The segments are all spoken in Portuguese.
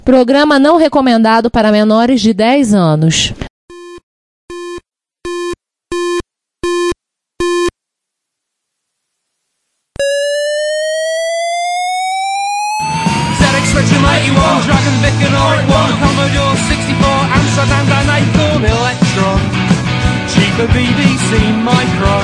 Programa não recomendado para menores de 10 anos. Dragon Vic and R1, Commodore 64, Amsterdam and Acorn Electron, cheaper BBC Micro.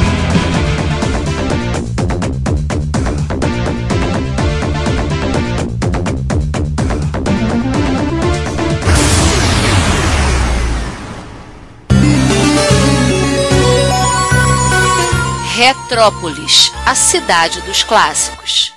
Retrópolis, a cidade dos clássicos.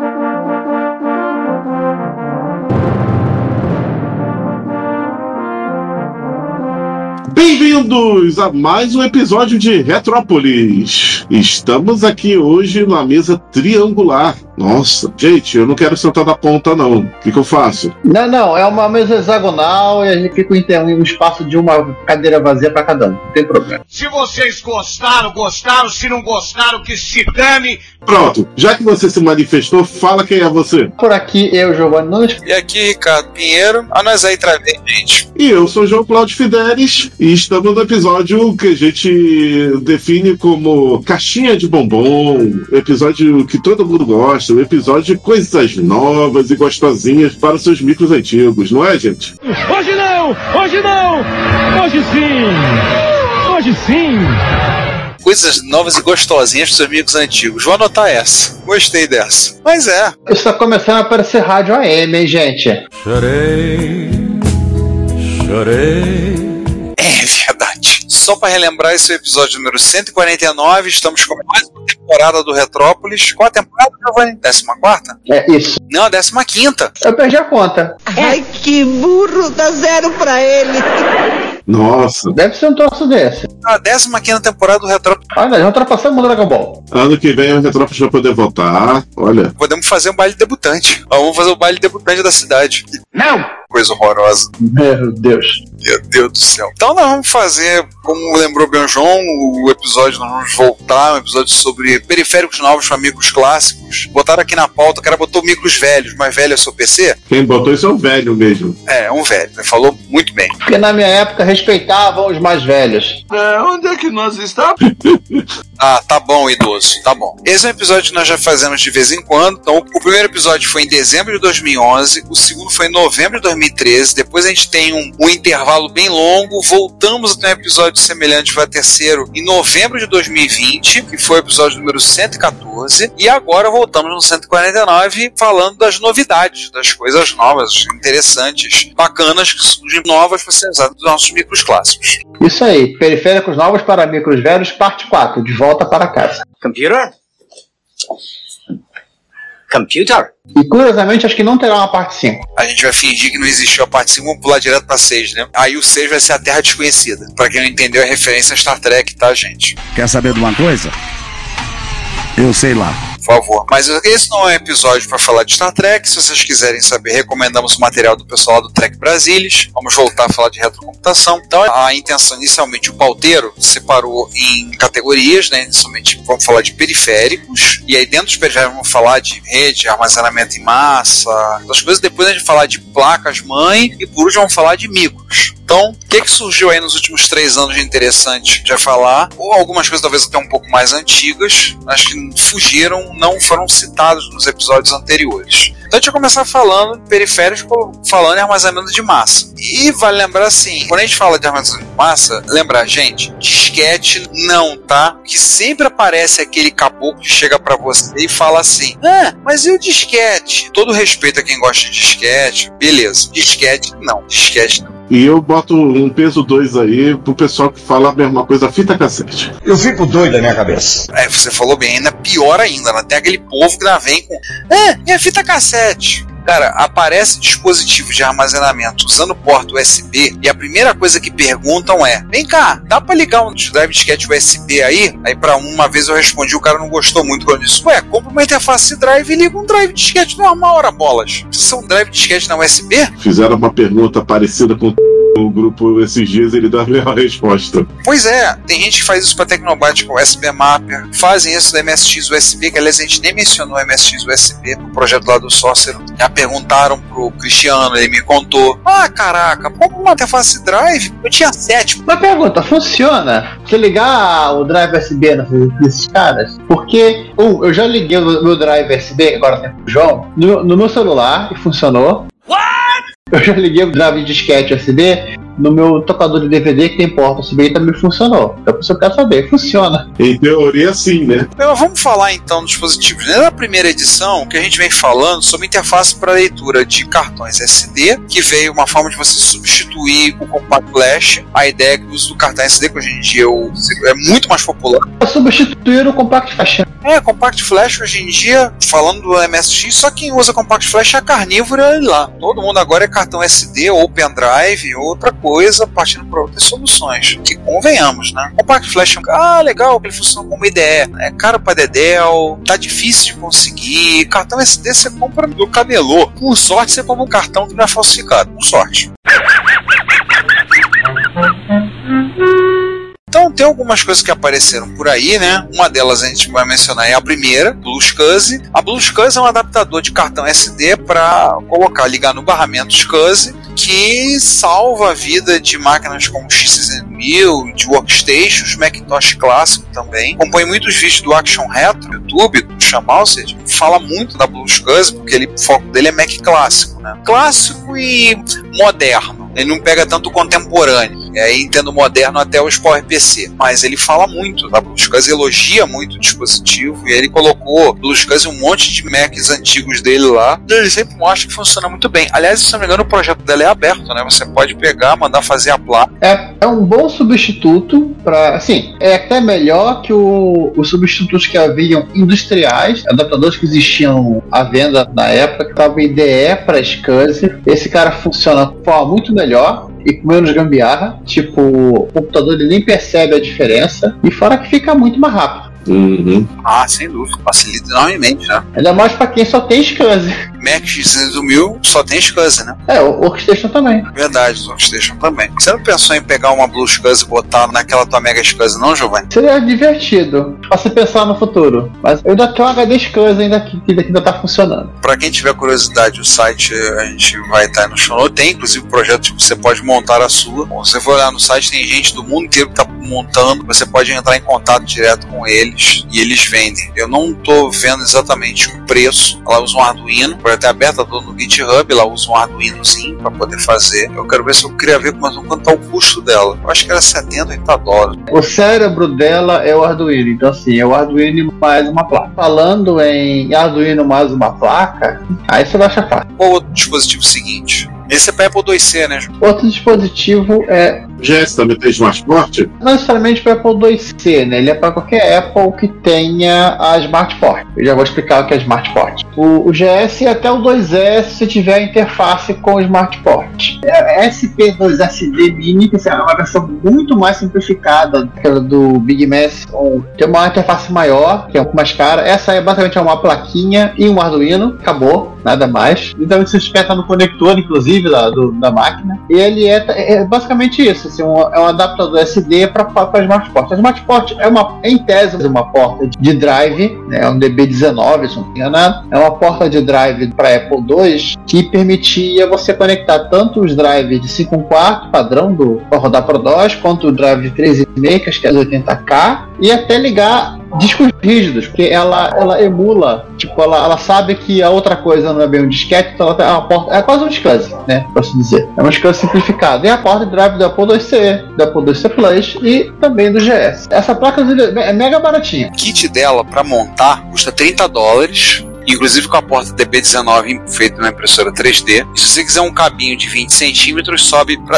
Bem-vindos a mais um episódio de Retrópolis. Estamos aqui hoje na mesa triangular. Nossa, gente, eu não quero sentar na ponta, não. O que eu faço? Não, é uma mesa hexagonal e a gente fica um espaço de uma cadeira vazia para cada um. Não tem problema. Se vocês gostaram, gostaram. Se não gostaram, que se dane. Pronto, já que você se manifestou, fala quem é você. Por aqui, eu, Giovanni Nunes. E aqui, Ricardo Pinheiro. A nós aí travei, gente. E eu sou João Cláudio Fidelis. E estamos no episódio que a gente define como caixinha de bombom. Episódio que todo mundo gosta. Um episódio de coisas novas e gostosinhas para os seus micros antigos, não é, gente? Hoje não! Hoje não! Hoje sim! Hoje sim! Coisas novas e gostosinhas para os seus amigos antigos. Vou anotar essa. Gostei dessa. Mas é. Está começando a aparecer rádio AM, hein, gente? Chorei. É verdade. Só para relembrar, esse é o episódio número 149. Estamos com mais uma temporada do Retrópolis. Qual a temporada, Giovanni? 14ª? É isso. Não, a 15ª. Eu perdi a conta. Ai, que burro, dá 0 pra ele. Nossa. Deve ser um troço desse. A 15ª temporada do Retrópolis. Olha, já ultrapassamos o Dragon Ball. Ano que vem o Retrópolis vai poder voltar. Olha. Podemos fazer um baile debutante. Vamos fazer o baile debutante da cidade. Não! Coisa horrorosa. Meu Deus. Meu Deus do céu. Então nós vamos fazer, como lembrou bem o João, o episódio, nós vamos voltar, um episódio sobre periféricos novos para micros clássicos. Botaram aqui na pauta, o cara botou micros velhos, mas velho é seu PC? Quem botou isso é um velho mesmo. É um velho, ele falou muito bem. Porque na minha época respeitavam os mais velhos. Onde é que nós estamos? Ah, tá bom, idoso, tá bom. Esse é um episódio que nós já fazemos de vez em quando. Então, o primeiro episódio foi em dezembro de 2011, o segundo foi em novembro de 2013, depois a gente tem um intervalo bem longo, voltamos a ter um episódio semelhante, foi o terceiro, em novembro de 2020, que foi o episódio número 114, e agora voltamos no 149, falando das novidades, das coisas novas, interessantes, bacanas, que surgem novas para ser usadas nos nossos micros clássicos. Isso aí, periféricos novos para micros velhos, parte 4, de volta para casa. Computer? Computer? E curiosamente, acho que não terá uma parte 5. A gente vai fingir que não existiu a parte 5, vamos pular direto pra 6, né? Aí o 6 vai ser a Terra Desconhecida. Pra quem não entendeu, é referência a Star Trek, tá, gente? Quer saber de uma coisa? Eu sei lá. Por favor. Mas esse não é um episódio para falar de Star Trek. Se vocês quiserem saber, recomendamos o material do pessoal lá do Trek Brasilis. Vamos voltar a falar de retrocomputação. Então, a intenção, inicialmente, o pauteiro separou em categorias, né? Inicialmente, vamos falar de periféricos. E aí, dentro dos periféricos, vamos falar de rede, armazenamento em massa, das coisas. Depois, a gente vai falar de placas-mãe. E, por último, vamos falar de micros. Então, o que surgiu aí nos últimos 3 anos de interessante de falar? Ou algumas coisas talvez até um pouco mais antigas, mas que fugiram, não foram citados nos episódios anteriores. Então a gente vai começar falando de periféricos, falando em armazenamento de massa. E vale lembrar assim, quando a gente fala de armazenamento de massa, lembrar, gente, disquete não, tá? Que sempre aparece aquele caboclo que chega pra você e fala assim, mas e o disquete? Todo respeito a quem gosta de disquete, beleza. Disquete não. E eu boto um peso 2 aí pro pessoal que fala a mesma coisa, fita cassete. Eu fico doido na minha cabeça. É, você falou bem, ainda pior ainda, né? Tem aquele povo que ainda vem com minha fita cassete. Cara, aparece dispositivo de armazenamento usando porta USB e a primeira coisa que perguntam é: vem cá, dá pra ligar um drive disquete USB aí? Aí pra uma vez eu respondi, o cara não gostou muito quando eu disse: ué, compra uma interface de drive e liga um drive disquete normal, ora bolas. Precisa um drive disquete na USB? Fizeram uma pergunta parecida com o grupo esses dias, ele dá a melhor resposta. Pois é, tem gente que faz isso para Tecnobyte com o USB Mapper, fazem isso do MSX USB, que aliás a gente nem mencionou o MSX USB no projeto lá do Sócero. Já perguntaram pro Cristiano, ele me contou: ah, caraca, como uma interface drive? Eu tinha 7. Uma pergunta, funciona? Você ligar o drive USB nesses caras? Porque eu já liguei o meu drive USB, agora tem pro João, no meu celular e funcionou. Eu já liguei o drive de disquete USB no meu tocador de DVD que tem porta USB e também funcionou. Então, se eu quero saber, funciona. Em teoria, sim, né? Vamos falar então dos dispositivos. Na primeira edição, que a gente vem falando sobre interface para leitura de cartões SD, que veio uma forma de você substituir o Compact Flash. A ideia é que o uso do cartão SD, que hoje em dia é muito mais popular. Substituir o Compact Flash. Compact Flash hoje em dia, falando do MSX, só quem usa Compact Flash é a carnívora lá. Todo mundo agora é cartão SD ou pendrive ou outra coisa, partindo para outras soluções. Que convenhamos, né? Compact Flash, legal, que ele funciona como IDE. É caro para Dedel, tá difícil de conseguir. Cartão SD você compra do camelô. Com sorte você compra um cartão que não é falsificado. Com sorte. Então tem algumas coisas que apareceram por aí, né? Uma delas a gente vai mencionar é a primeira, BlueSCSI. A BlueSCSI é um adaptador de cartão SD para ligar no barramento SCSI, que salva a vida de máquinas como X61000, de workstations, Macintosh clássico também. Compõe muitos vídeos do Action Retro, YouTube, do Chamalsed, fala muito da BlueSCSI, porque o foco dele é Mac clássico, né? Clássico e moderno. Ele não pega tanto contemporâneo. Aí entendo moderno até os PowerPC. Mas ele fala muito da BlueSCSI, elogia muito o dispositivo. E aí ele colocou BlueSCSI um monte de Macs antigos dele lá. E ele sempre mostra que funciona muito bem. Aliás, se não me engano, o projeto dela é aberto, né? Você pode pegar, mandar fazer a placa. É um bom substituto para, assim, é até melhor que os substitutos que haviam industriais, adaptadores que existiam à venda na época, que estavam IDE para SCSI. Esse cara funciona de forma muito melhor e com menos gambiarra. Tipo, o computador ele nem percebe a diferença e fora que fica muito mais rápido. Uhum. Sem dúvida, facilita enormemente, né? Ainda mais pra quem só tem SCSI. Mac X61000 só tem SCSI, né? O Workstation também. Verdade, o Workstation também. Você não pensou em pegar uma BlueSCSI e botar naquela tua Mega SCSI, não, Giovanni? Seria divertido, pra você pensar no futuro. Mas eu ainda tenho um HD SCSI ainda que ainda tá funcionando. Pra quem tiver curiosidade, o site a gente vai estar no show. Tem inclusive projetos que você pode montar a sua. Bom, se você for olhar no site, tem gente do mundo inteiro que tá montando. Você pode entrar em contato direto com eles e eles vendem. Eu não tô vendo exatamente o preço. Ela usa um Arduino, pode até aberta no GitHub, ela usa um Arduinozinho para poder fazer. Eu quero ver se eu queria ver quanto tá o custo dela. Eu acho que era $70, $80. O cérebro dela é o Arduino, então assim, é o Arduino mais uma placa. Falando em Arduino mais uma placa, aí você vai achar fácil. Qual outro dispositivo seguinte? Esse é para Apple IIc, né? Outro dispositivo é... GS também tem SmartPort? Não necessariamente para Apple IIc, né? Ele é para qualquer Apple que tenha a SmartPort. Eu já vou explicar o que é SmartPort. O GS e até o 2S se tiver interface com o SmartPort. É SP2SD Mini, que é uma versão muito mais simplificada daquela do Big Mass, tem uma interface maior, que é um pouco mais cara. Essa é basicamente uma plaquinha e um Arduino, acabou, nada mais. Então você espeta no conector, inclusive, da máquina. E ele é basicamente isso. Assim, é um adaptador SD para SmartPort. A SmartPort em tese, uma porta de drive, né, é um DB19, se não me engano. É uma porta de drive para Apple II que permitia você conectar tanto os drives de 5/4 padrão para rodar ProDOS, quanto o drive de 3,5, que é 80K, e até ligar discos rígidos, porque ela emula, tipo, ela sabe que a outra coisa não é bem um disquete, então ela tem uma porta, é quase um SCSI, né, por assim dizer. É um SCSI simplificado. E a porta de drive do Apple IIc, do Apple IIc Plus e também do GS. Essa placa é mega baratinha. O kit dela para montar custa $30. Inclusive com a porta DB19 feita numa impressora 3D. E se você quiser um cabinho de 20 centímetros, sobe para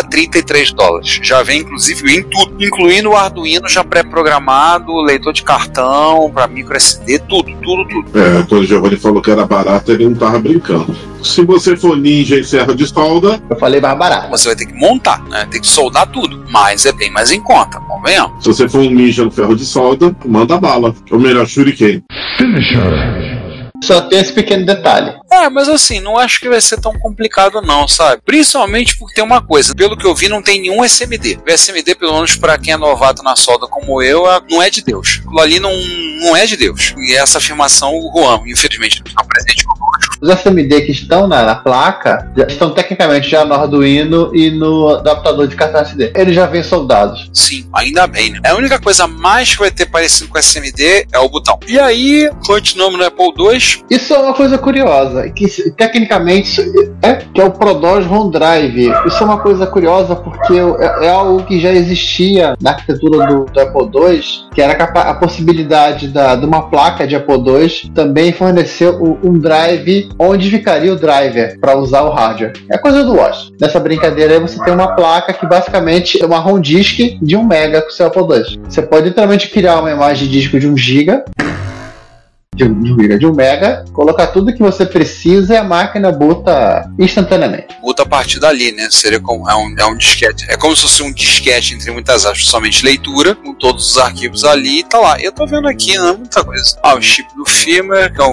$33. Já vem inclusive em tudo, incluindo o Arduino já pré-programado, leitor de cartão, para micro SD, tudo. Quando o Giovanni falou que era barato, ele não tava brincando. Se você for ninja em serra de solda, eu falei mais barato. Você vai ter que montar, né? Tem que soldar tudo, mas é bem mais em conta, convenhamos. Se você for um ninja no ferro de solda, manda bala. Ou melhor, shuriken. Finisher. Só tem esse pequeno detalhe. Mas assim, não acho que vai ser tão complicado não, sabe? Principalmente porque tem uma coisa, pelo que eu vi não tem nenhum SMD. O SMD, pelo menos pra quem é novato na solda como eu, não é de Deus. Aquilo ali não é de Deus. E essa afirmação o Juan, infelizmente, não está presente conosco. Os SMD que estão na placa já estão tecnicamente já no Arduino e no adaptador de cartão SD. Eles já vêm soldados. Sim, ainda bem, né? A única coisa mais que vai ter parecido com SMD é o botão. E aí, continuamos no Apple II. Isso é uma coisa curiosa, que tecnicamente que é o ProDOS ROM Drive. Isso é uma coisa curiosa porque é algo que já existia na arquitetura do Apple II, que era a possibilidade de uma placa de Apple II também fornecer um drive onde ficaria o driver para usar o hardware. É coisa do OS. Nessa brincadeira aí você tem uma placa que basicamente é uma ROM disk de 1 MB com o seu Apple II. Você pode literalmente criar uma imagem de disco de 1 GB, de 1 mega, colocar tudo que você precisa e a máquina boota instantaneamente. Boota a partir dali, né? Seria como é um disquete. É como se fosse um disquete, entre muitas aspas, somente leitura, com todos os arquivos ali e tá lá. Eu tô vendo aqui, não é muita coisa. O chip do firmware, que é um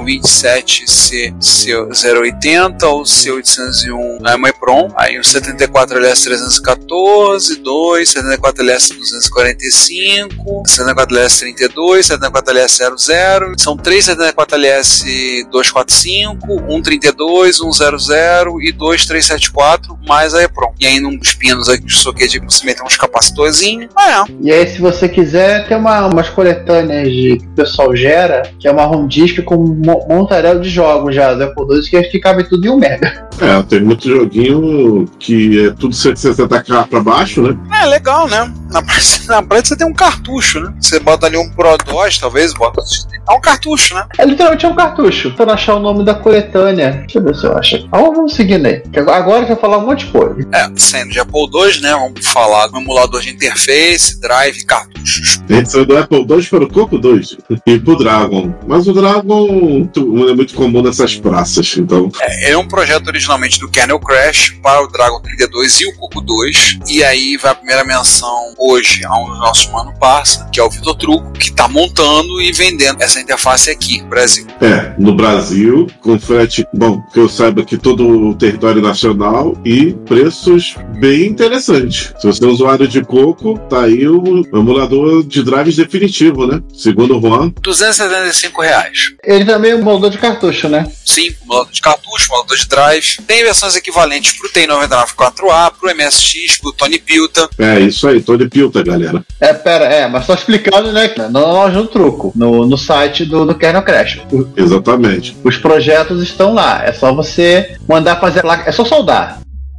27C080 ou C801 EEPROM. Aí o 74LS314, 2, 74LS245, 74LS32, 74LS00. São 3 74LS245, 132, 100 e 2374, mais a EEPROM. E ainda um dos pinos aqui de soquete que você meter uns capacitorzinhos. E aí, se você quiser, tem umas coletâneas que o pessoal gera, que é uma ROM disk com um montaréu de jogos já do Apple II, que cabe tudo em 1 mega. Tem muito joguinho que é tudo 160K pra baixo, né? Legal, né? Na prática você tem um cartucho, né? Você bota ali um ProDOS, talvez, bota um cartucho, né? Literalmente um cartucho. Tentando achar o nome da coletânea. Deixa eu ver se eu acho. Vamos seguindo aí. Agora eu vou falar um monte de coisa. Saindo de Apple II, né? Vamos falar do emulador de interface, drive e cartuchos. Esse é do Apple II para o Coco 2 e pro Dragon. Mas o Dragon é muito comum nessas praças, então... É um projeto originalmente do Kernel Crash para o Dragon 32 e o Coco 2. E aí vai a primeira menção hoje a um dos nossos mano parça, que é o Vitor Truco, que tá montando e vendendo essa interface aqui no Brasil. No Brasil, com frete, que eu saiba que todo o território nacional e preços bem interessantes. Se você é usuário de Coco, tá aí o emulador de drives definitivo, né? Segundo o Juan. R$275. Ele também é um emulador de cartucho, né? Sim, emulador de cartucho, emulador de drive. Tem versões equivalentes pro TI-99 4A, pro MSX, pro Tony Pilta. Isso aí, Tony Pilta, galera. Mas só explicando, né? Na loja do Truco, no site do Kernel Crash. Exatamente. Os projetos estão lá. É só você mandar fazer a placa. É só soldar.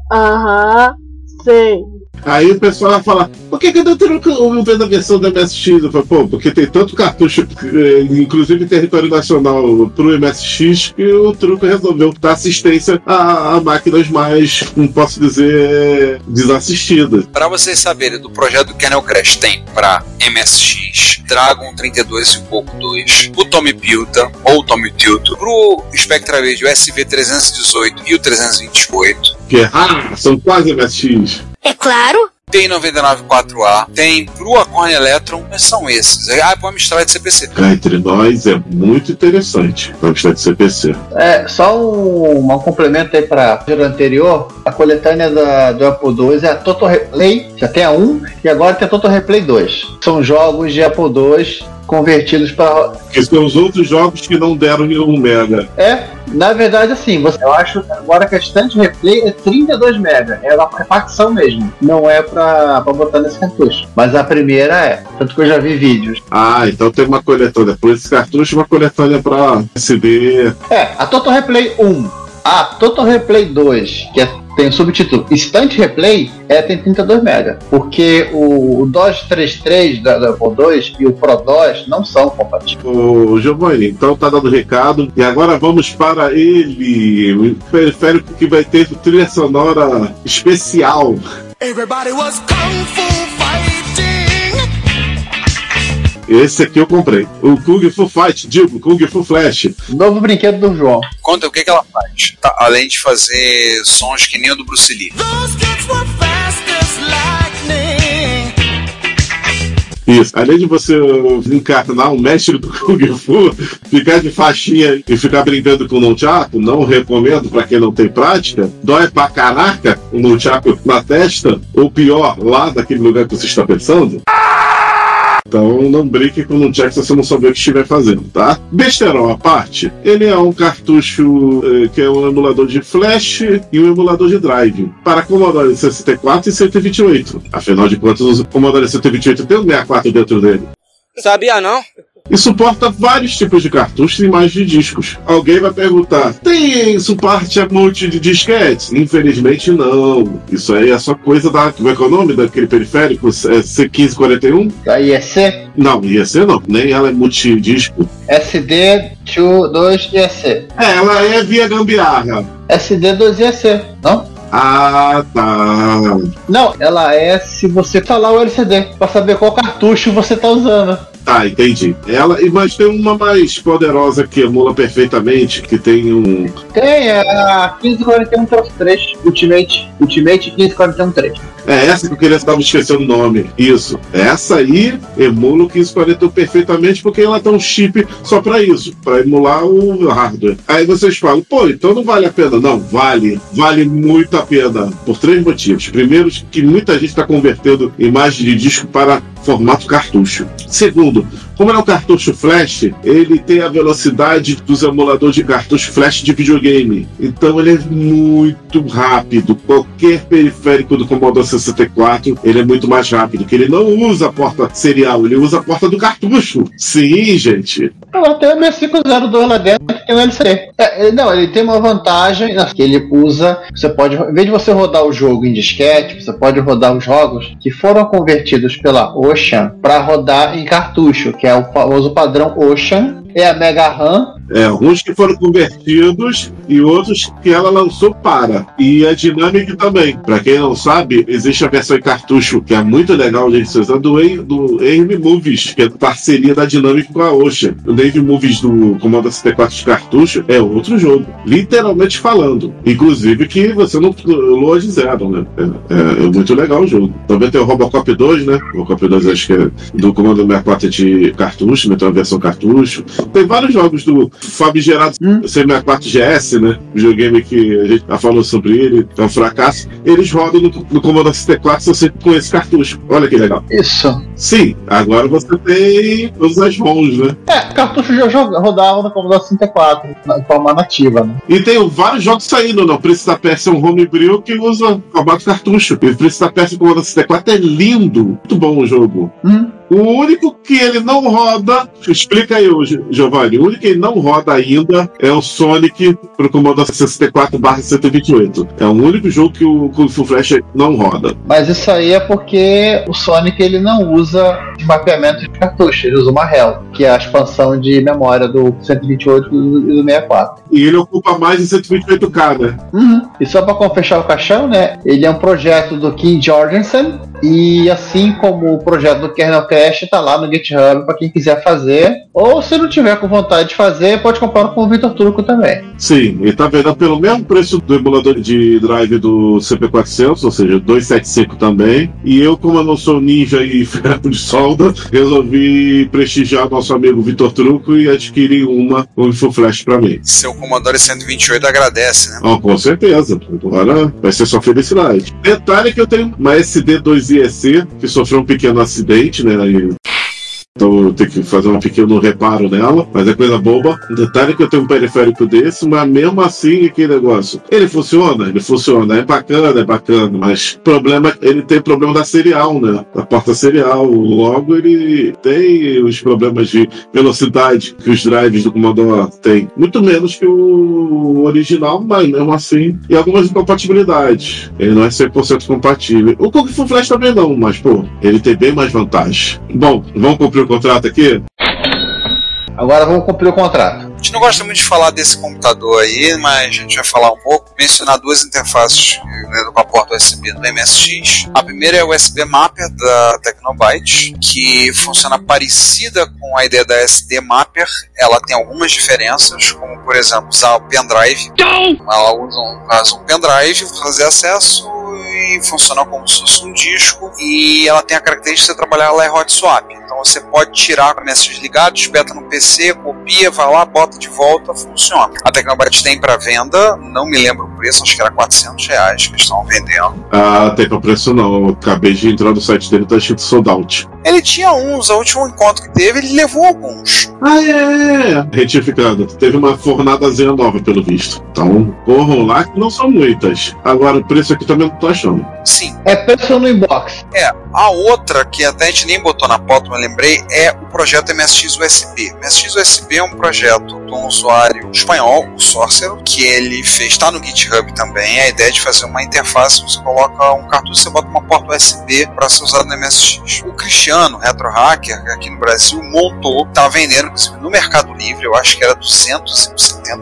Sei. Aí o pessoal vai falar, por que eu não vendo a versão do MSX? Eu falo, porque tem tanto cartucho, inclusive território nacional, pro MSX, que o Truco resolveu dar assistência a máquinas mais, não posso dizer, desassistidas. Para vocês saberem do projeto do Kernel Crash, tem para MSX, Dragon 32 e o Coco 2, o Tommy Pilta ou Tommy Tilto, pro Spectravide, o SV318 e o 328. Que são quase MSX. É claro. Tem 99 4A, tem pro Acorn Electron, mas são esses. Pro Amstrad CPC. Cá entre nós é muito interessante o Amstrad CPC. Só um complemento aí para o anterior. A coletânea do Apple II é a Total Replay, já tem a 1 e agora tem a Total Replay 2. São jogos de Apple II convertidos para... Que são os outros jogos que não deram em 1 mega. Na verdade, assim, eu acho agora que a Instant Replay é 32 mega. É uma repartição mesmo. Não é pra botar nesse cartucho. Mas a primeira é. Tanto que eu já vi vídeos. Então tem uma coletânea. Por esse cartucho, uma coletânea pra SD. A Total Replay 1. A Total Replay 2, que tem o subtítulo Instant Replay, tem 32 MB. Porque o DOS 33 da Apple II e o ProDOS não são compatíveis. Ô Giovanni, então tá dando recado. E agora vamos para ele. O periférico que vai ter trilha sonora especial. Everybody was kung fu fighting. Esse aqui eu comprei. O Kung Fu Fight, Kung Fu Flash. Novo brinquedo do João. Conta o que ela faz. Além de fazer sons que nem o do Bruce Lee. Isso. Além de você encarnar um mestre do Kung Fu, ficar de faixinha e ficar brincando com o nunchaku, não recomendo pra quem não tem prática. Dói pra caraca o nunchaku na testa, ou pior, lá naquele lugar que você está pensando. Então não brinque com o nunchaku se você não souber o que estiver fazendo, tá? Besterol à parte, ele é um cartucho que é um emulador de flash e um emulador de drive para Commodore 64 e 128. Afinal de contas, o Commodore 128 tem um 64 dentro dele. Sabia não? E suporta vários tipos de cartuchos e imagens de discos. Alguém vai perguntar, tem suporte a multi de disquetes? Infelizmente não. Isso aí é só coisa da... Como é que é o nome daquele periférico? C1541? Da IEC? Não, IEC não. Nem ela é multidisco. SD2 IEC. Ela é via gambiarra. SD2 IEC, não? Ah, tá. Não, ela é se você instalar o LCD, pra saber qual cartucho você tá usando. Ah, entendi. Mas tem uma mais poderosa que emula perfeitamente, que tem um... Tem, é a 1541-3, Ultimate 1541-3. É essa que eu queria, estava esquecendo o nome. Isso. Essa aí emula o 1541 perfeitamente, porque ela tem um chip só para isso, para emular o hardware. Aí vocês falam, pô, então não vale a pena. Não, vale. Vale muito a pena. Por 3 motivos. Primeiro, que muita gente está convertendo imagem de disco para formato cartucho. Segundo, como é um cartucho flash, ele tem a velocidade dos emuladores de cartucho flash de videogame. Então ele é muito rápido. Qualquer periférico do Commodore 64, ele é muito mais rápido, que ele não usa a porta serial, ele usa a porta do cartucho. Sim, gente. Tem o 6502 lá dentro que tem o LCD. Ele tem uma vantagem que ele usa. Você pode, em vez de você rodar o jogo em disquete, você pode rodar os jogos que foram convertidos pela Ocean para rodar em cartucho, que é o famoso padrão Ocean. É a Mega RAM. Uns que foram convertidos e outros que ela lançou para. E a Dynamic também. Para quem não sabe, existe a versão em cartucho que é muito legal, gente, do Navy Movies, que é parceria da Dynamic com a Ocean. O Navy Movies do Commodore 64 de cartucho é outro jogo, literalmente falando. Inclusive que você não pulou de zero, né? É muito legal o jogo. Também tem o Robocop 2, né? O Robocop 2 acho que é do Commodore 64 de cartucho, né? Tem uma versão cartucho. Tem vários jogos do famigerado C64 GS, né? O videogame que a gente já falou sobre ele, é um fracasso. Eles rodam no Commodore 64 com esse cartucho. Olha que legal. Isso. Sim, agora você tem todas as ROMs, né? Cartucho já rodava no Commodore 64, de forma nativa, né? E tem vários jogos saindo, não? O Príncipe da Pérsia é um homebrew que usa formato cartucho. E o Príncipe da Pérsia com o Commodore 64 é lindo. Muito bom o jogo. O único que ele não roda, explica aí, Giovanni, o único que ele não roda ainda é o Sonic pro Commodore 64/128. É o único jogo que o Kung Fu Flash não roda. Mas isso aí é porque o Sonic ele não usa mapeamento de cartucho, ele usa uma REL, que é a expansão de memória do 128 e do 64. E ele ocupa mais de 128K, né? E só para fechar o caixão, né? Ele é um projeto do Kim Jorgensen, e assim como o projeto do Kernel Cache tá lá no GitHub para quem quiser fazer, ou se não tiver com vontade de fazer, pode comprar com o Vitor Turco também. Sim, ele tá vendendo pelo mesmo preço do emulador de drive do CP400, ou seja, 275 também. E eu, como eu não sou ninja e ferro de solda, resolvi prestigiar nosso amigo Vitor Truco e adquirir uma Info Flash para mim. Seu Commodore 128 agradece, né? Com certeza. Agora vai ser só felicidade. Detalhe que eu tenho uma SD2 IEC que sofreu um pequeno acidente, né? Então eu tenho que fazer um pequeno reparo nela, mas é coisa boba. O detalhe é que eu tenho um periférico desse, mas mesmo assim, aquele negócio, ele funciona, é bacana, mas o problema, ele tem problema da serial, né? Da porta serial. Logo ele tem os problemas de velocidade que os drives do Commodore têm. Muito menos que o original, mas mesmo assim, e algumas incompatibilidades. Ele não é 100% compatível. O Kung Fu Flash também não, mas pô, ele tem bem mais vantagem. Bom, vamos cumprir o contrato aqui? Agora vamos cumprir o contrato. A gente não gosta muito de falar desse computador aí, mas a gente vai falar um pouco, mencionar duas interfaces com a porta USB do MSX. A primeira é o USB Mapper da Tecnobyte, que funciona parecida com a ideia da SD Mapper. Ela tem algumas diferenças, como por exemplo usar o pendrive. Ela usa um pendrive para fazer acesso funciona como se fosse um disco e ela tem a característica de você trabalhar ela é hot swap. Então você pode tirar o MSX ligado, espeta no PC, copia, vai lá, bota de volta, funciona. A Tecnobyte tem para venda, não me lembro o preço, acho que era R$400 que eles estavam vendendo. Ah, tem para preço não, eu acabei de entrar no site dele, tá escrito sold out. Ele tinha uns, o último encontro que teve, ele levou alguns. Ah, é! Retificado, teve uma fornadazinha nova, pelo visto. Então, corram lá, que não são muitas. Agora, o preço aqui também não tô achando. Sim. É preço no inbox. A outra, que até a gente nem botou na pauta, mas lembrei, é o projeto MSX USB. MSX USB é um projeto de um usuário espanhol, o Sorcerer, que ele fez, está no GitHub também, a ideia de fazer uma interface, você coloca um cartucho, você bota uma porta USB para ser usado no MSX. O Cristiano, Retro Hacker, aqui no Brasil, montou, tá vendendo, inclusive no Mercado Livre, eu acho que era R$270,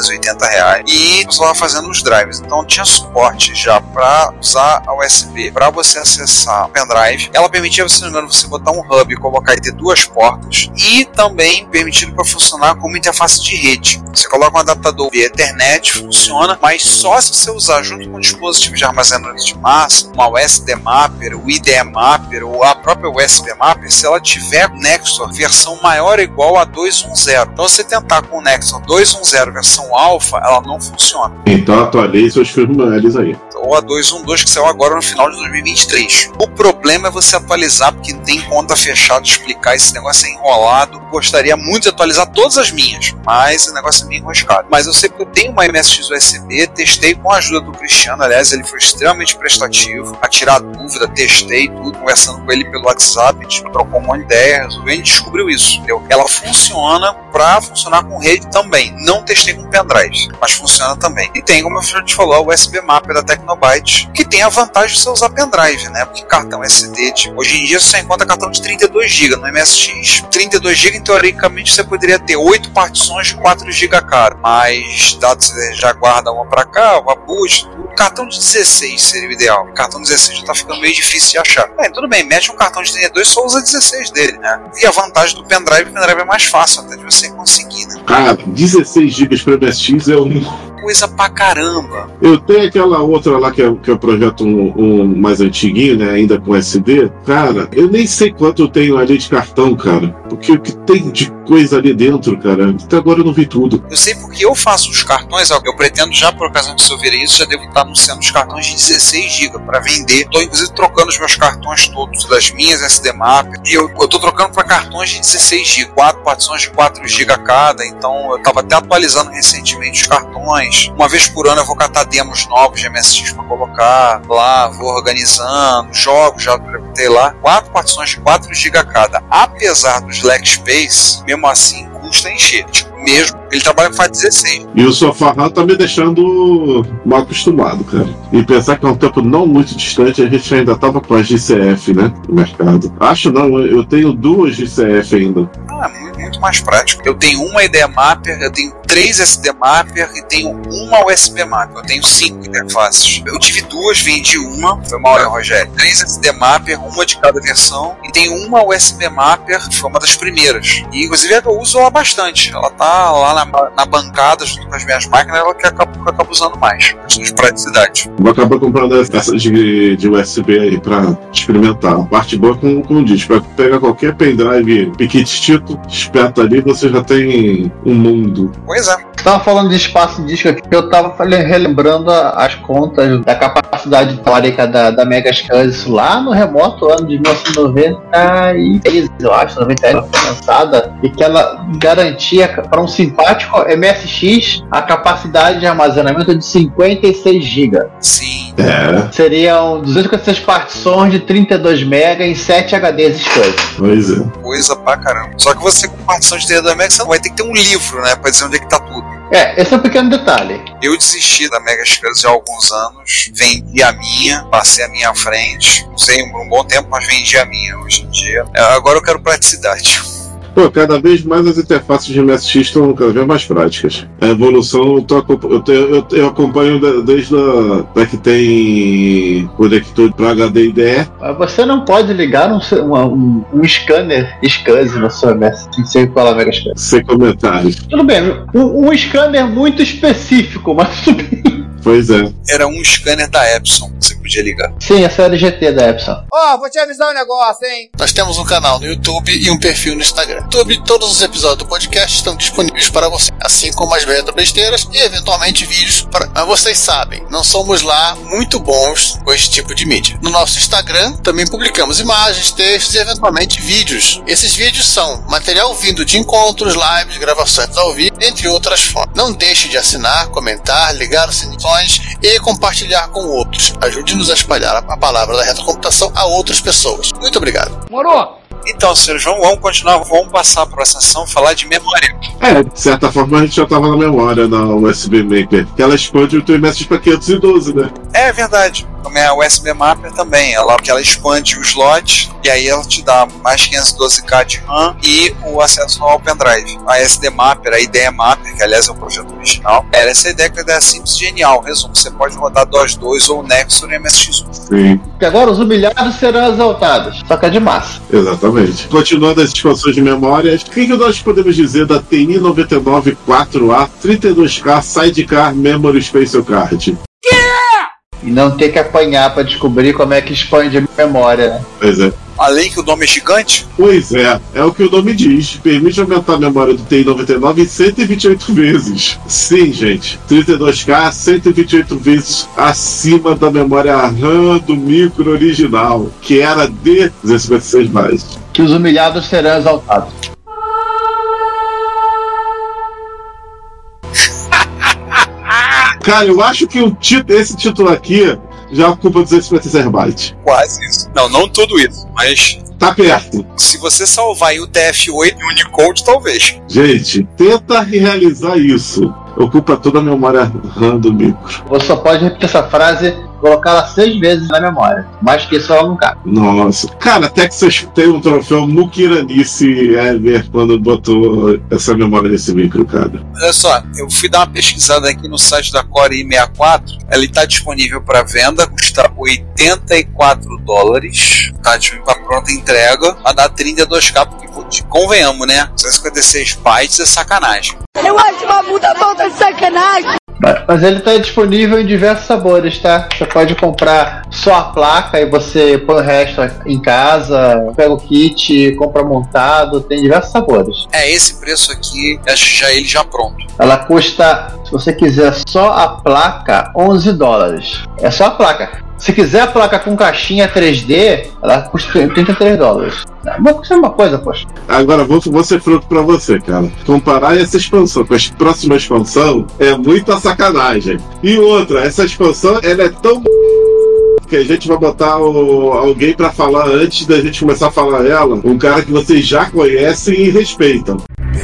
R$280, e você estava fazendo os drives. Então tinha suporte já para usar a USB, para você acessar o pendrive. Ela permitia, se não me engano, você botar um hub, colocar e ter duas portas, e também permitido para funcionar como interface de rede. Você coloca um adaptador via Ethernet, funciona, mas só se você usar junto com um dispositivo de armazenamento de massa, uma USB Mapper, o IDE Mapper ou a própria USB Mapper, se ela tiver Nexor versão maior ou igual a 2.1.0. Então, se você tentar com o Nexor 2.1.0 versão alfa, ela não funciona. Então atualize seus firmwares aí. Ou a 2.1.2 que saiu agora no final de 2023. O problema é você atualizar, porque não tem conta fechada de explicar, esse negócio é enrolado. Gostaria muito de atualizar todas as minhas, mas o negócio é meio enroscado. Mas eu sei que eu tenho uma MSX USB, testei com a ajuda do Cristiano, aliás, ele foi extremamente prestativo a tirar dúvida, testei tudo, conversando com ele pelo WhatsApp, a gente trocou uma ideia, resolveu, a gente descobriu isso, entendeu? Ela funciona para funcionar com rede também, não testei com pendrive, mas funciona também. E tem, como a gente falou, o USB Mapper da Tecnobyte, que tem a vantagem de você usar pendrive, né? Porque cartão SD, tipo, hoje em dia você encontra cartão de 32 GB no MSX. 32 GB, teoricamente, você poderia ter 8 partições de 4 GB cada, mas dados você já guarda uma para cá, uma boot, tudo. Cartão de 16 seria o ideal. O cartão 16 já tá ficando meio difícil de achar. Tudo bem, mete um cartão de 32, só usa 16 dele, né? E a vantagem do pendrive, o pendrive é mais fácil até de você conseguir, né? Cara, 16 GB para MSX é coisa pra caramba. Eu tenho aquela outra lá que é o projeto mais antiguinho, né? Ainda com SD. Cara, eu nem sei quanto eu tenho ali de cartão, cara. Porque o que tem de coisa ali dentro, cara, até agora eu não vi tudo. Eu sei porque eu faço os cartões, eu pretendo já, por ocasião que se eu virei isso, já devo estar anunciando os cartões de 16 GB para vender. Estou inclusive trocando os meus cartões todos das minhas SD Mapper. E eu tô trocando para cartões de 16 GB, 4 partições de 4 GB cada. Então eu tava até atualizando recentemente os cartões. Uma vez por ano eu vou catar demos novos de MSX para colocar lá, vou organizando, jogos, já ter lá 4 partições de 4 GB cada. Apesar do Slack Space, mesmo assim custa encher. Mesmo, ele trabalha com FAT 16. E o Sofarrão tá me deixando mal acostumado, cara. E pensar que há um tempo não muito distante a gente ainda tava com a GCF, né? No mercado. Acho não, eu tenho 2 GCF ainda. Muito mais prático. Eu tenho uma IDE Mapper, eu tenho 3 SD Mapper e tenho uma USB Mapper. Eu tenho 5 interfaces. Eu tive 2, vendi uma. Foi mal, Rogério. 3 SD Mapper, uma de cada versão. E tenho uma USB Mapper, foi uma das primeiras. E inclusive eu uso ela bastante. Ela tá lá na bancada junto com as minhas máquinas, ela que eu acabo usando mais. Questão de praticidade. Vou acabar comprando essa de USB aí pra experimentar. A parte boa com o disco. Pra pegar qualquer pendrive piquitito, espeta ali, você já tem um mundo. Pois é. Você tava falando de espaço de disco aqui, eu tava relembrando as contas da capacidade teórica da Megascans lá no remoto ano de 1993, eu acho, 93, lançada, e que ela garantia para um simpático MSX a capacidade de armazenamento de 56 GB. Sim. É. Seriam 256 partições de 32 MB em 7 HDs SCSI. Pois é. Coisa pra caramba. Só que você com partição de 32 MB, você vai ter que ter um livro, né, pra dizer onde é que tá tudo. Esse é um pequeno detalhe. Eu desisti da Megascans há alguns anos, vendi a minha, passei a minha à frente, usei um bom tempo, mas vendi a minha hoje em dia. Agora eu quero praticidade. Pô, cada vez mais as interfaces de MSX estão cada vez mais práticas. A evolução eu acompanho desde a que tem conector para HD e IDE. Mas você não pode ligar um scanner SCSI no seu MSX sem falar Megascans. Sem comentários. Tudo bem, um scanner muito específico, mas tudo bem. Pois é. Era um scanner da Epson, você podia ligar. Sim, a série GT da Epson. Vou te avisar um negócio, hein? Nós temos um canal no YouTube e um perfil no Instagram. No YouTube, todos os episódios do podcast estão disponíveis para você, assim como as retrobesteiras e eventualmente vídeos. Mas vocês sabem, não somos lá muito bons com esse tipo de mídia. No nosso Instagram também publicamos imagens, textos e eventualmente vídeos. Esses vídeos são material vindo de encontros, lives, gravações ao vivo, entre outras formas. Não deixe de assinar, comentar, ligar os sininhos e compartilhar com outros. Ajude-nos a espalhar a palavra da retrocomputação a outras pessoas. Muito obrigado. Morou! Então, senhores, vamos continuar, vamos passar para a sessão falar de memória. De certa forma a gente já estava na memória da USB Maker, que ela expande o teu iMessage para 512, né? É verdade. Como é a USB Mapper também, que ela expande o slot e aí ela te dá mais 512K de RAM e o acesso ao pendrive. A SD Mapper, a IDE Mapper, que aliás é o projeto original, era essa ideia que é simples e genial. Resumo, você pode rodar DOS 2 ou Nexus no MSX1. Sim. E agora os humilhados serão exaltados, só que é de massa. Exatamente. Continuando as expansões de memória, o que nós podemos dizer da TI 99 4A 32K Sidecar Memory Spacer Card? E não ter que apanhar para descobrir como é que expande a memória, né? Pois é. Além que o nome é gigante? Pois é o que o nome diz. Permite aumentar a memória do TI 99 em 128 vezes. Sim, gente. 32K, 128 vezes acima da memória RAM do micro original, que era de 256 bytes. Que os humilhados serão exaltados. Cara, eu acho que esse título aqui já ocupa 256 bytes. Quase isso. Não tudo isso, mas tá perto. Se você salvar aí o TF8 e o Unicode, talvez. Gente, tenta realizar isso. Ocupa toda a memória RAM do micro. Você só pode repetir essa frase, colocá-la 6 vezes na memória. Mais que isso ela não cabe. Nossa. Cara, Texas tem um troféu Mukiranice ever quando botou essa memória nesse micro, cara. Olha só, eu fui dar uma pesquisada aqui no site da Core i64. Ela está disponível para venda, custa $84. Tá disponível para pronta entrega. A dar 32K, porque convenhamos, né? 156 bytes é sacanagem. Eu acho uma puta falta de sacanagem. Mas ele está disponível em diversos sabores, tá? Você pode comprar só a placa e você põe o resto em casa, pega o kit, compra montado, tem diversos sabores. Esse preço aqui, acho ele já pronto. Ela custa, se você quiser só a placa, $11. É só a placa. Se quiser a placa com caixinha 3D, ela custa $33. Mas custa uma coisa, poxa. Agora vou ser franco pra você, cara. Comparar essa expansão com a próxima expansão é muita sacanagem. E outra, essa expansão ela é tão que a gente vai botar alguém pra falar antes da gente começar a falar ela. Um cara que vocês já conhecem e respeitam.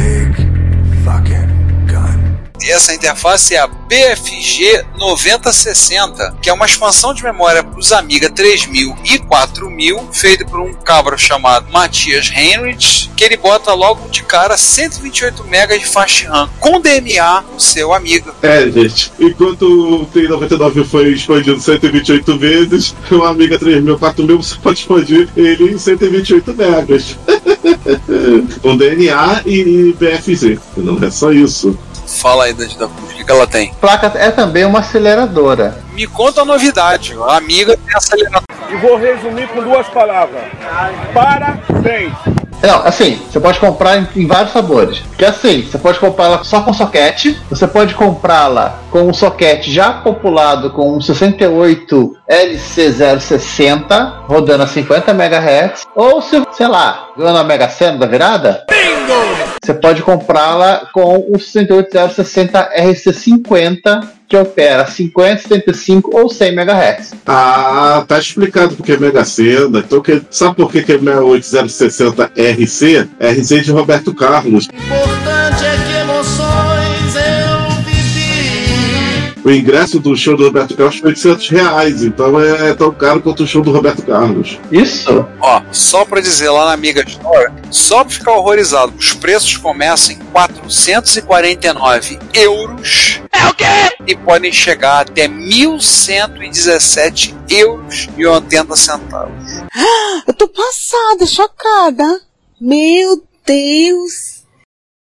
Essa interface é a BFG 9060, que é uma expansão de memória para os Amiga 3000 e 4000, feita por um cabra chamado Matias Heinrich, que ele bota logo de cara 128 MB de flash RAM com DMA no seu Amiga. Gente, enquanto o TI-99 foi expandido 128 vezes, o Amiga 3000 e 4000 você pode expandir ele em 128 megas. Com DNA e BFZ. Não é só isso. Fala aí, Dante da Cruz, o que ela tem? A placa é também uma aceleradora. Me conta a novidade, a Amiga tem acelerador. E vou resumir com 2 palavras. Parabéns! Não, assim, você pode comprar em vários sabores. Porque assim, você pode comprá-la só com soquete, você pode comprá-la com um soquete já populado com um 68 LC060, rodando a 50 MHz, ou se, sei lá, ganhando a Mega Sena da virada, bingo! Você pode comprá-la com o 68060 RC50, que opera 50, 75 ou 100 MHz. Tá explicado porque é Mega Sena. Então, sabe por que é 68060 RC? RC de Roberto Carlos. Importante é que emoções eu vivi. O ingresso do show do Roberto Carlos foi R$800, então é tão caro quanto o show do Roberto Carlos. Isso? Ó, só pra dizer, lá na Amiga Store, só pra ficar horrorizado, os preços começam em €449. É o quê? E podem chegar até €1.117,80. Eu tô passada, chocada. Meu Deus.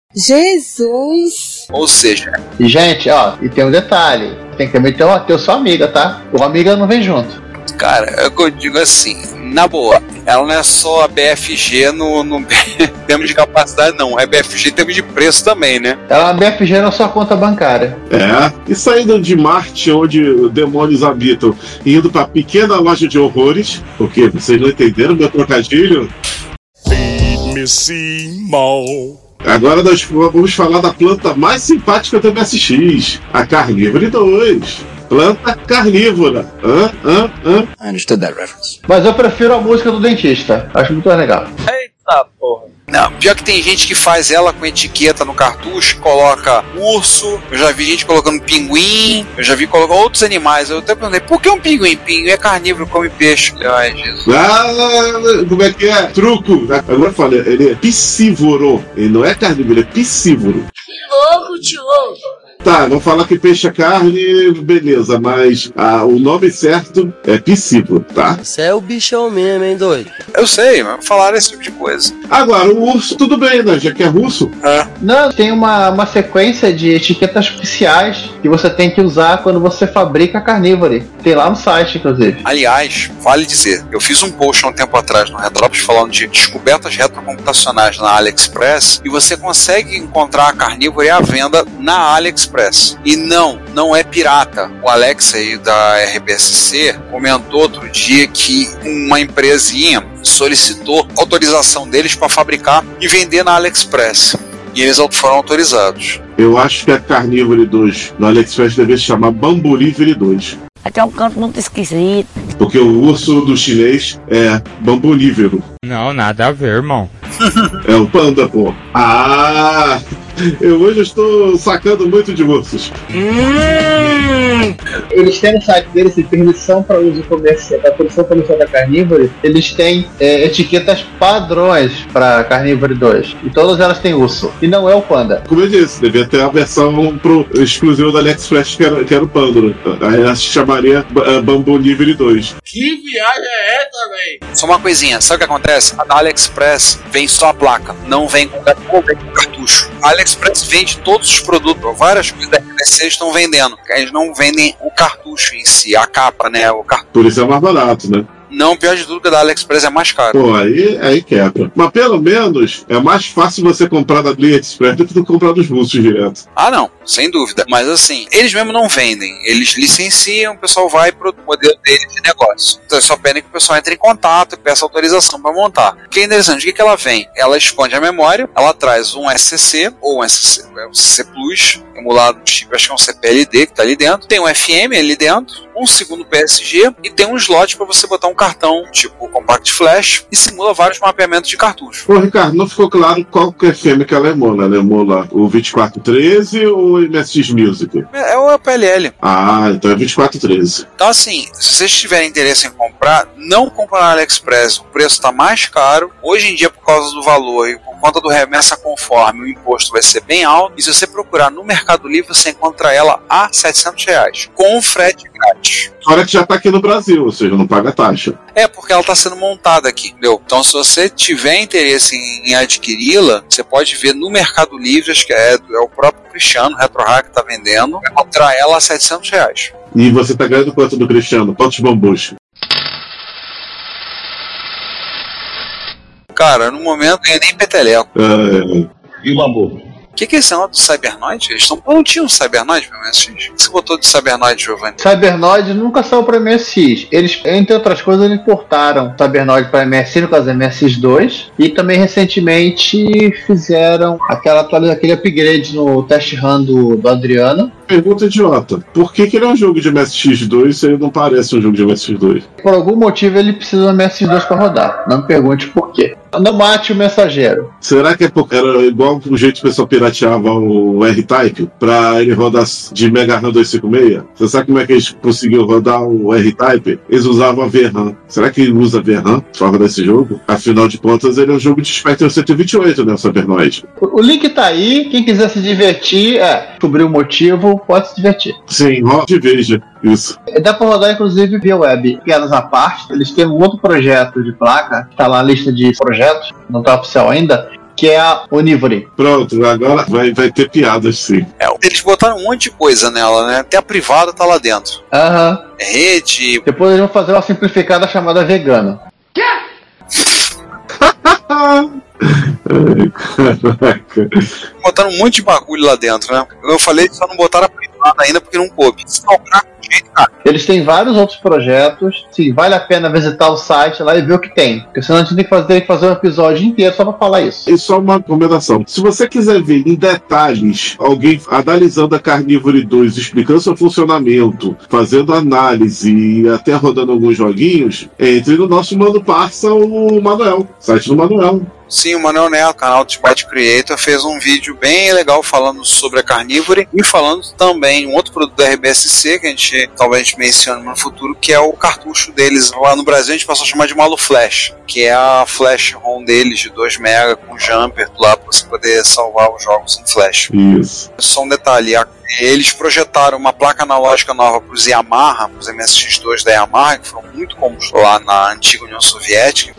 Jesus! Ou seja... E, gente, ó, e tem um detalhe. Tem que também ter sua amiga, tá? O amiga não vem junto. Cara, é o que eu digo assim, na boa, ela não é só a BFG no termos de capacidade, não. É BFG em termos de preço também, né? Ela é BFG na sua conta bancária. É, e saindo de Marte, onde demônios habitam, e indo pra pequena loja de horrores, porque vocês não entenderam meu trocadilho? Feed-me, Simão. Agora nós vamos falar da planta mais simpática do MSX, a Carnivore 2. Planta carnívora. I understood that reference. Mas eu prefiro a música do dentista. Acho muito mais legal. Eita porra. Não, pior que tem gente que faz ela com etiqueta no cartucho, coloca urso, eu já vi gente colocando pinguim, eu já vi colocar outros animais. Eu até perguntei, por que um pinguim? Pinguim é carnívoro, come peixe. Ai, Jesus. Como é que é? Truco. Agora eu falei, ele é piscívoro. Ele não é carnívoro, ele é piscívoro. Que louco, tio! Tá, vou falar que peixe é carne, beleza, mas o nome certo é piscívoro, tá? Você é o bichão mesmo, hein, doido? Eu sei, mas falaram esse tipo de coisa. Agora, o urso, tudo bem, né? Já que é russo. Não, tem uma sequência de etiquetas oficiais que você tem que usar quando você fabrica a Carnivore. Tem lá no site, inclusive. Aliás, vale dizer, eu fiz um post há um tempo atrás no Retrópolis falando de descobertas retrocomputacionais na AliExpress e você consegue encontrar a Carnivore à venda na AliExpress. E não é pirata. O Alex aí da RBSC comentou outro dia que uma empresinha solicitou autorização deles para fabricar e vender na AliExpress. E eles foram autorizados. Eu acho que a Carnivore 2 no AliExpress deve se chamar Bambulivre 2. Até um canto muito esquisito. Porque o urso do chinês é bambulívero. Não, nada a ver, irmão. É o panda, pô. Eu hoje estou sacando muito de ursos. Eles têm no site deles de permissão para uso comercial, a permissão comercial da Carnivore, eles têm etiquetas padrões para Carnivore 2. E todas elas têm urso. E não é o panda. Como eu disse, devia ter a versão exclusiva da AliExpress que era o panda. Aí ela se chamaria Bambulivre 2. Que viagem é essa, velho? Só uma coisinha, sabe o que acontece? A AliExpress vem só a placa, não vem com cartucho. A AliExpress vende todos os produtos, várias coisas da RBC estão vendendo. Eles não vendem o cartucho em si, a capa, né? O cartucho. Por isso é mais barato, né? Não, pior de tudo que a da AliExpress é mais caro. Pô, aí quebra. Mas pelo menos é mais fácil você comprar da AliExpress do que tu comprar dos russos direto. Ah, não, sem dúvida. Mas assim, eles mesmo não vendem. Eles licenciam, o pessoal vai pro modelo deles de negócio. Então só pedem que o pessoal entre em contato e peça autorização para montar. O que é interessante, o que ela vem? Ela expande a memória, ela traz um SCC, ou um SCC, um CC Plus, emulado no chip, acho que é um CPLD que tá ali dentro. Tem um FM ali dentro, um segundo PSG e tem um slot para você botar um cartão, tipo Compact Flash, e simula vários mapeamentos de cartucho. Pô, Ricardo, não ficou claro qual que é FM que ela emula. Ela emula o 2413 ou o MSX Music? É o PLL. Então é 2413. Então assim, se vocês tiverem interesse em comprar, não comprar na AliExpress, o preço está mais caro. Hoje em dia, por causa do valor e por conta do remessa conforme, o imposto vai ser bem alto. E se você procurar no Mercado Livre, você encontra ela a R$700, com frete grátis. Fora que já tá aqui no Brasil, ou seja, não paga taxa. É, porque ela está sendo montada aqui, entendeu? Então, se você tiver interesse em adquiri-la, você pode ver no Mercado Livre, acho que é o próprio Cristiano, RetroHack, que tá vendendo, vai encontrar ela a R$700. E você tá ganhando quanto do Cristiano? Quantos bambus? Cara, no momento ganha nem peteleco. E o bambu? O que é esse negócio do Cybernoid? Eles não tinham Cybernoid pra MSX? O que você botou de Cybernoid, Giovanni? Cybernoid nunca saiu pra MSX. Eles, entre outras coisas, eles portaram Cybernoid pra MSX, no caso da MSX2, e também recentemente fizeram aquele upgrade no test run do Adriano. Pergunta idiota. Por que ele é um jogo de MSX2 se ele não parece um jogo de MSX2? Por algum motivo ele precisa do MSX2 para rodar. Não me pergunte por quê. Não mate o mensageiro. Será que era igual o jeito que o pessoal pirateava o R-Type pra ele rodar de Mega RAM 256? Você sabe como é que eles conseguiram rodar o R-Type? Eles usavam a VRAM. Será que ele usa VRAM pra rodar esse jogo? Afinal de contas, ele é um jogo de Spectrum 128, né? O Cybernoid. O link tá aí. Quem quiser se divertir, descobrir o motivo, pode se divertir. Sim, rode e veja isso. Dá pra rodar, inclusive, via web. Piadas à parte, eles têm um outro projeto de placa, que tá lá na lista de projetos, não tá oficial ainda, que é a Onivore. Pronto, agora vai ter piadas, sim. Eles botaram um monte de coisa nela, né? Até a privada tá lá dentro. Aham. Rede. Depois eles vão fazer uma simplificada chamada vegana. Ai, caraca. Botaram um monte de bagulho lá dentro, né? Eu falei que só não botaram a privada ainda porque não coube. Eles têm vários outros projetos. Sim, vale a pena visitar o site lá e ver o que tem. Porque senão a gente tem que fazer um episódio inteiro só pra falar isso. E só uma recomendação. Se você quiser ver em detalhes alguém analisando a Carnivore 2, explicando seu funcionamento, fazendo análise e até rodando alguns joguinhos, entre no nosso Mano Parça, o Manuel. Site do Manuel. Sim, o Manuel Neto, canal do Byte Creator, fez um vídeo bem legal falando sobre a Carnivore e falando também um outro produto da RBSC que a gente talvez mencione no futuro, que é o cartucho deles. Lá no Brasil a gente passou a chamar de Malu Flash, que é a Flash ROM deles de 2 MB com jumper lá para você poder salvar os jogos em Flash. Isso. Só um detalhe, eles projetaram uma placa analógica nova para os Yamaha, para os MSX2 da Yamaha, que foram muito comuns lá na antiga União Soviética.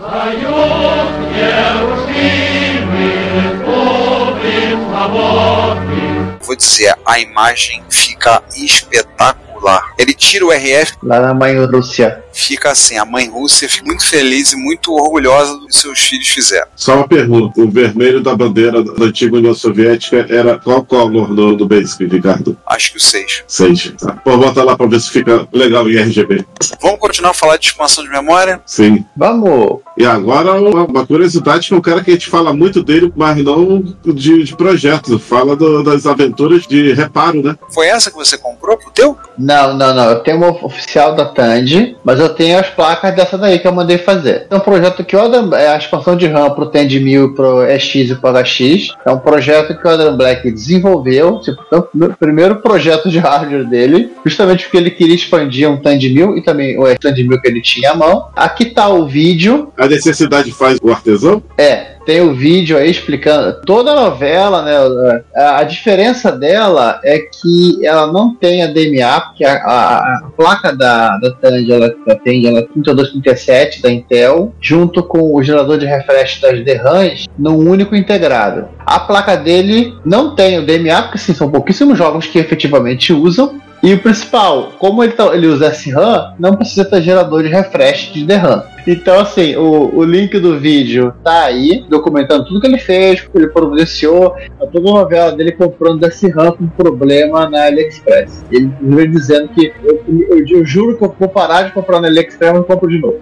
Vou dizer, a imagem fica espetacular. Ele tira o RF lá na mãe Rússia. Fica assim, a mãe Rússia fica muito feliz e muito orgulhosa do que seus filhos fizeram. Só uma pergunta, o vermelho da bandeira da antiga União Soviética era qual color do Basic, Ricardo? Acho que o 6. 6, tá. Pô, bota lá pra ver se fica legal em RGB. Vamos continuar a falar de expansão de memória? Sim. Vamos! E agora uma curiosidade, que é um cara que a gente fala muito dele, mas não de projetos, fala das aventuras de reparo, né? Foi essa que você comprou pro teu? Não. Eu tenho uma oficial da Tandy, mas eu tenho as placas dessa daí que eu mandei fazer. É um projeto que é a expansão de RAM pro Tandy 1000, pro EX e pro HX. É um projeto que o Adam Black desenvolveu, o primeiro projeto de hardware dele, justamente porque ele queria expandir um Tandy 1000 e também o Tandy 1000 que ele tinha à mão. Aqui tá o vídeo. A necessidade faz o artesão? Tem o vídeo aí explicando toda a novela, né? A diferença dela é que ela não tem a DMA, porque a placa da Tandy, ela tem 3237 da Intel, junto com o gerador de refresh das DRAMs, num único integrado. A placa dele não tem o DMA, porque assim, são pouquíssimos jogos que efetivamente usam. E o principal, como ele usa SRAM, não precisa ter gerador de refresh de DRAM. Então, assim, o link do vídeo tá aí, documentando tudo que ele fez, que ele providenciou, toda a novela dele comprando SRAM com problema na AliExpress. Ele veio dizendo que eu juro que eu vou parar de comprar na AliExpress, mas compro de novo.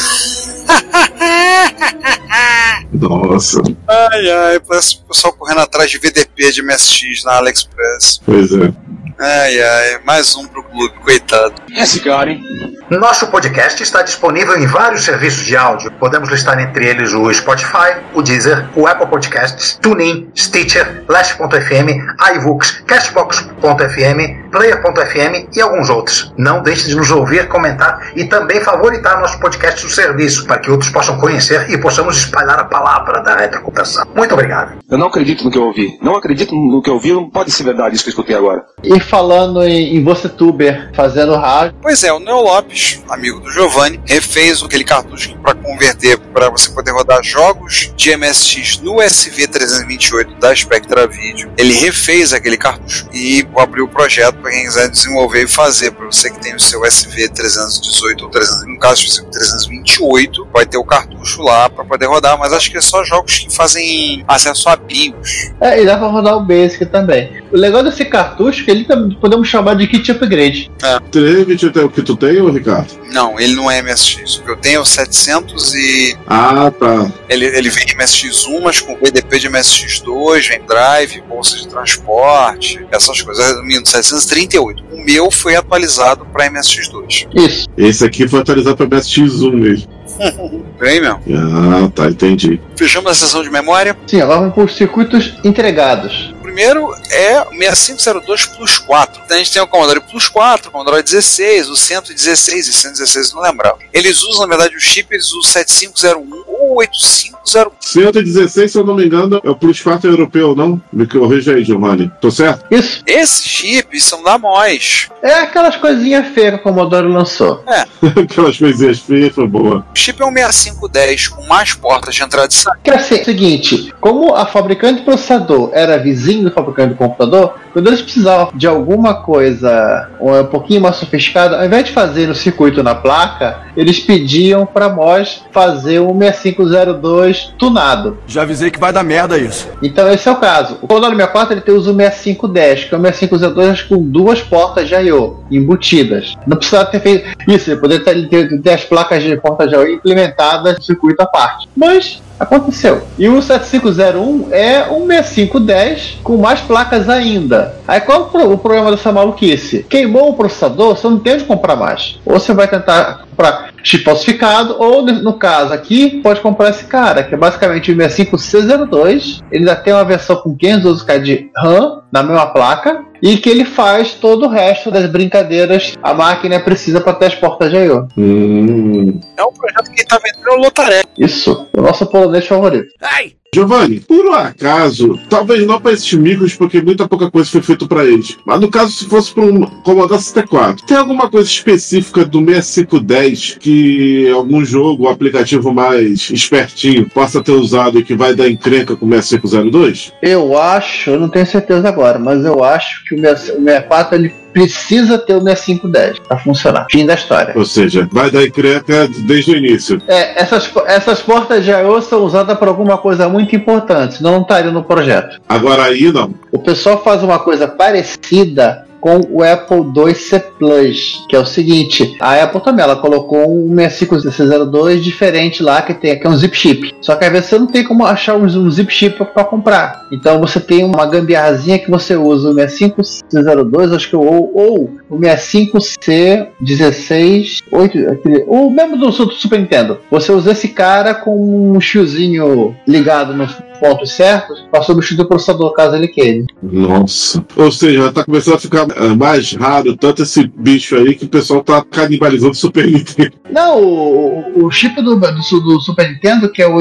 Nossa. Ai, parece o pessoal correndo atrás de VDP de MSX na AliExpress. Pois é. Mais um pro clube, coitado. Esse cara, hein? Nosso podcast está disponível em vários serviços de áudio. Podemos listar entre eles o Spotify, o Deezer, o Apple Podcasts, TuneIn, Stitcher, Last.fm, iVoox, Castbox.fm, Player.fm e alguns outros. Não deixe de nos ouvir, comentar e também favoritar nosso podcast no serviço, para que outros possam conhecer e possamos espalhar a palavra da retrocomputação. Muito obrigado. Eu não acredito no que eu ouvi. Não acredito no que eu ouvi, não pode ser verdade isso que eu escutei agora. E falando em VocêTuber fazendo rádio. Pois é, o Neo Lopes, amigo do Giovanni, refez aquele cartucho para converter, para você poder rodar jogos de MSX no SV328 da Spectra Video. Ele refez aquele cartucho e abriu o projeto para quem quiser desenvolver e fazer. Para você que tem o seu SV318 ou 300, no caso do 328, vai ter o cartucho lá para poder rodar, mas acho que é só jogos que fazem acesso a BIOS. E dá para rodar o Basic também. O legal desse cartucho é que ele também podemos chamar de kit upgrade. O que tu tem, Ricardo? Não, ele não é MSX. O que eu tenho é o 700 e... Ah, tá. Ele vem MSX1, mas com VDP de MSX2, vem drive, bolsa de transporte, essas coisas. 738. O meu foi atualizado para MSX2. Isso. Esse aqui foi atualizado para MSX1 mesmo. Bem, meu. Ah, tá, entendi. Fechamos a sessão de memória? Sim, agora vamos para os circuitos entregados. O primeiro é o 6502 Plus 4. Então a gente tem o Commodore Plus 4, o Commodore 16, o 116 e 116, não lembrava. Eles usam, na verdade, os chips o 7501 ou 8501. 116, se eu não me engano, é o Plus 4 europeu, não? Me corrija aí, Giovanni. Tô certo? Isso. Esse chip, exibição da MOS. É aquelas coisinhas feias que o Commodore lançou. Aquelas coisinhas feias, foi boa. O chip é um 6510 com mais portas de entrada e saída. Que assim, é o seguinte, como a fabricante de processador era vizinho do fabricante do computador, quando eles precisavam de alguma coisa um pouquinho mais sofisticada, ao invés de fazer no circuito na placa, eles pediam para MOS fazer um 6502 tunado. Já avisei que vai dar merda isso. Então esse é o caso. O Commodore 64 ele tem o 6510, que é o 6502 com 2 portas de I/O embutidas. Não precisava ter feito isso, ele poderia ter as placas de porta de I/O implementadas no circuito à parte. Mas aconteceu. E o 7501 é um 6510 com mais placas ainda. Aí qual o problema dessa maluquice? Queimou o processador, você não tem onde comprar mais. Ou você vai tentar comprar chip falsificado, ou no caso aqui, pode comprar esse cara, que é basicamente o 65C02. Ele ainda tem uma versão com 512K de RAM na mesma placa, e que ele faz todo o resto das brincadeiras a máquina precisa para ter as portas de I/O. É um projeto que está vendendo o Lotaré. Isso, o nosso polonês favorito. Ai! Giovanni, por um acaso, talvez não para esses micros, porque muita pouca coisa foi feita para eles, mas no caso, se fosse para um Commodore 64, tem alguma coisa específica do 6510 que algum jogo ou aplicativo mais espertinho possa ter usado e que vai dar encrenca com o 6502? Eu acho, eu não tenho certeza agora, mas eu acho que o 64 ele precisa ter o 6510 para funcionar. Fim da história. Ou seja, vai dar encrenca desde o início. Essas portas de I/O são usadas para alguma coisa muito importante, senão não estaria no projeto. Agora aí não. O pessoal faz uma coisa parecida com o Apple IIc Plus, que é o seguinte, a Apple também, ela colocou um 6502 diferente lá, que é um zip chip, só que às vezes você não tem como achar um zip chip para comprar, então você tem uma gambiarrazinha que você usa o 6502, acho que ou o 65C16 o mesmo do Super Nintendo, você usa esse cara com um fiozinho ligado nos pontos certos para substituir o processador caso ele queira. Nossa. Ou seja, tá começando a ficar mais raro tanto esse bicho aí que o pessoal tá canibalizando o Super Nintendo. Não, o chip do Super Nintendo, que é o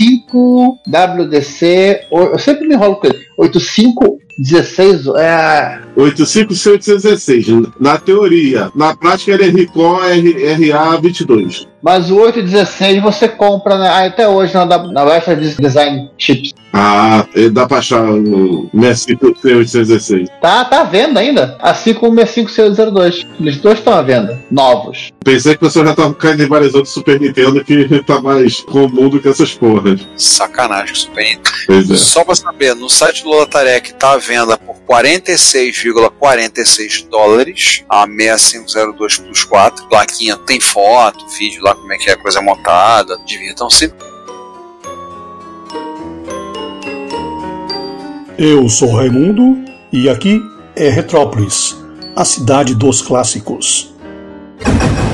85WDC, eu sempre me enrolo com ele, 8516 é... 85C816, na teoria. Na prática ele é RICO RA22. Mas o 816 você compra, né, até hoje na Western Design Chips. Ah, dá pra achar o 65C816. Tá à venda ainda, assim como o 65C02. Eles dois estão à venda, novos. Pensei que o pessoal já tava canibalizando o Super Nintendo, que tá mais comum do que essas porras. Sacanagem com o Super Nintendo. Pois é. Só pra saber, no site do Lotarec tá à venda por $46,46 a 6502 Plus 4. Plaquinha tem foto, vídeo lá como é que é a coisa montada. Divirtam-se. Eu sou Raimundo e aqui é Retrópolis, a cidade dos clássicos.